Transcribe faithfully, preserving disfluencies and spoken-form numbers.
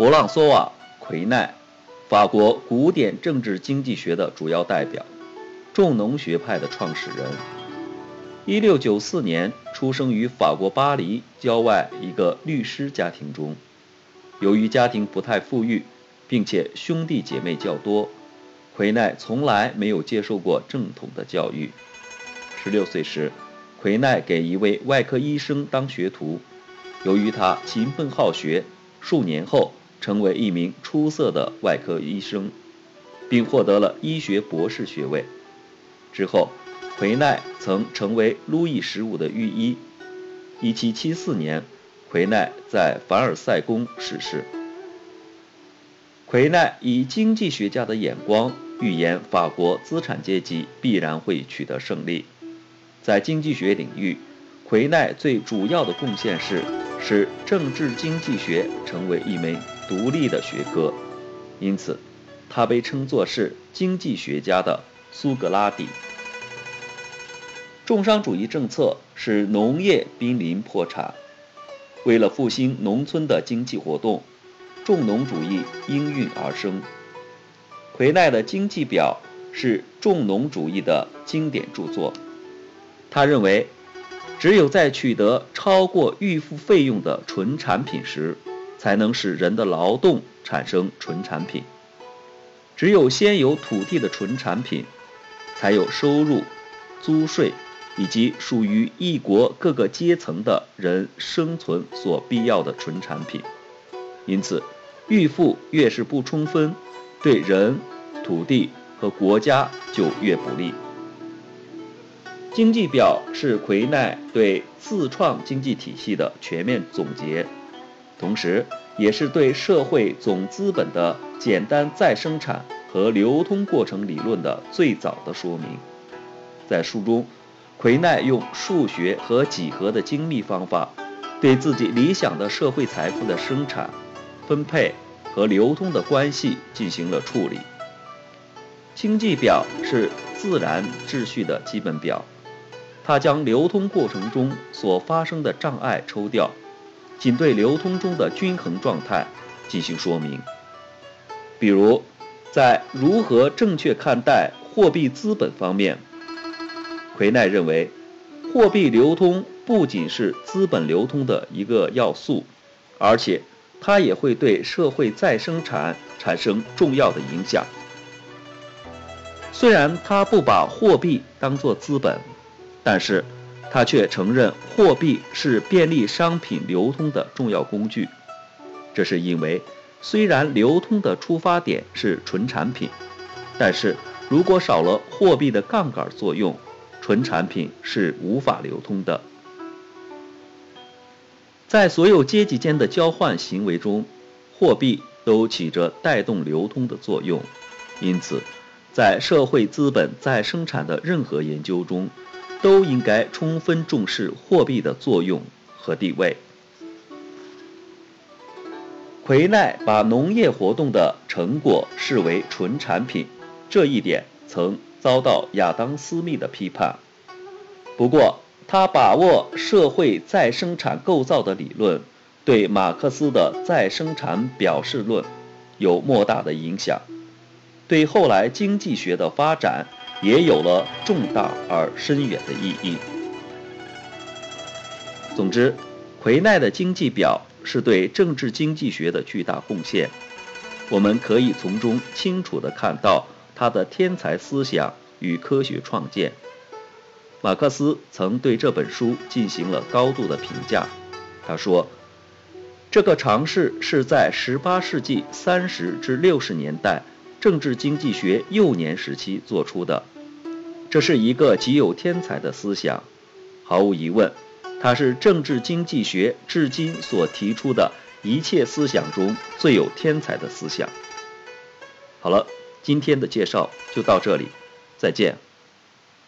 弗朗索瓦·奎奈，法国古典政治经济学的主要代表，重农学派的创始人。一六九四年出生于法国巴黎郊外一个律师家庭中。由于家庭不太富裕，并且兄弟姐妹较多，奎奈从来没有接受过正统的教育。十六岁时，奎奈给一位外科医生当学徒。由于他勤奋好学，数年后成为一名出色的外科医生，并获得了医学博士学位。之后，奎奈曾成为路易十五的御医。一七七四年，奎奈在凡尔赛宫逝世。奎奈以经济学家的眼光预言法国资产阶级必然会取得胜利。在经济学领域，奎奈最主要的贡献是使政治经济学成为一门独立的学科，因此他被称作是经济学家的苏格拉底。重商主义政策使农业濒临破产，为了复兴农村的经济活动，重农主义应运而生。奎奈的经济表是重农主义的经典著作。他认为，只有在取得超过预付费用的纯产品时，才能使人的劳动产生纯产品。只有先有土地的纯产品，才有收入、租税以及属于一国各个阶层的人生存所必要的纯产品。因此，预付越是不充分，对人、土地和国家就越不利。经济表是奎奈对自创经济体系的全面总结，同时也是对社会总资本的简单再生产和流通过程理论的最早的说明。在书中，奎奈用数学和几何的精密方法，对自己理想的社会财富的生产、分配和流通的关系进行了处理。经济表是自然秩序的基本表，它将流通过程中所发生的障碍抽掉，仅对流通中的均衡状态进行说明。比如，在如何正确看待货币资本方面，奎奈认为，货币流通不仅是资本流通的一个要素，而且它也会对社会再生产产生重要的影响。虽然他不把货币当作资本，但是他却承认货币是便利商品流通的重要工具。这是因为，虽然流通的出发点是纯产品，但是如果少了货币的杠杆作用，纯产品是无法流通的。在所有阶级间的交换行为中，货币都起着带动流通的作用。因此，在社会资本再生产的任何研究中，都应该充分重视货币的作用和地位。奎奈把农业活动的成果视为纯产品，这一点曾遭到亚当·斯密的批判。不过，他把握社会再生产构造的理论，对马克思的再生产表示论有莫大的影响，对后来经济学的发展也有了重大而深远的意义。总之，奎奈的经济表是对政治经济学的巨大贡献。我们可以从中清楚地看到他的天才思想与科学创建。马克思曾对这本书进行了高度的评价。他说，这个尝试是在十八世纪三十至六十年代政治经济学幼年时期做出的。这是一个极有天才的思想，毫无疑问，它是政治经济学至今所提出的一切思想中最有天才的思想。好了，今天的介绍就到这里，再见。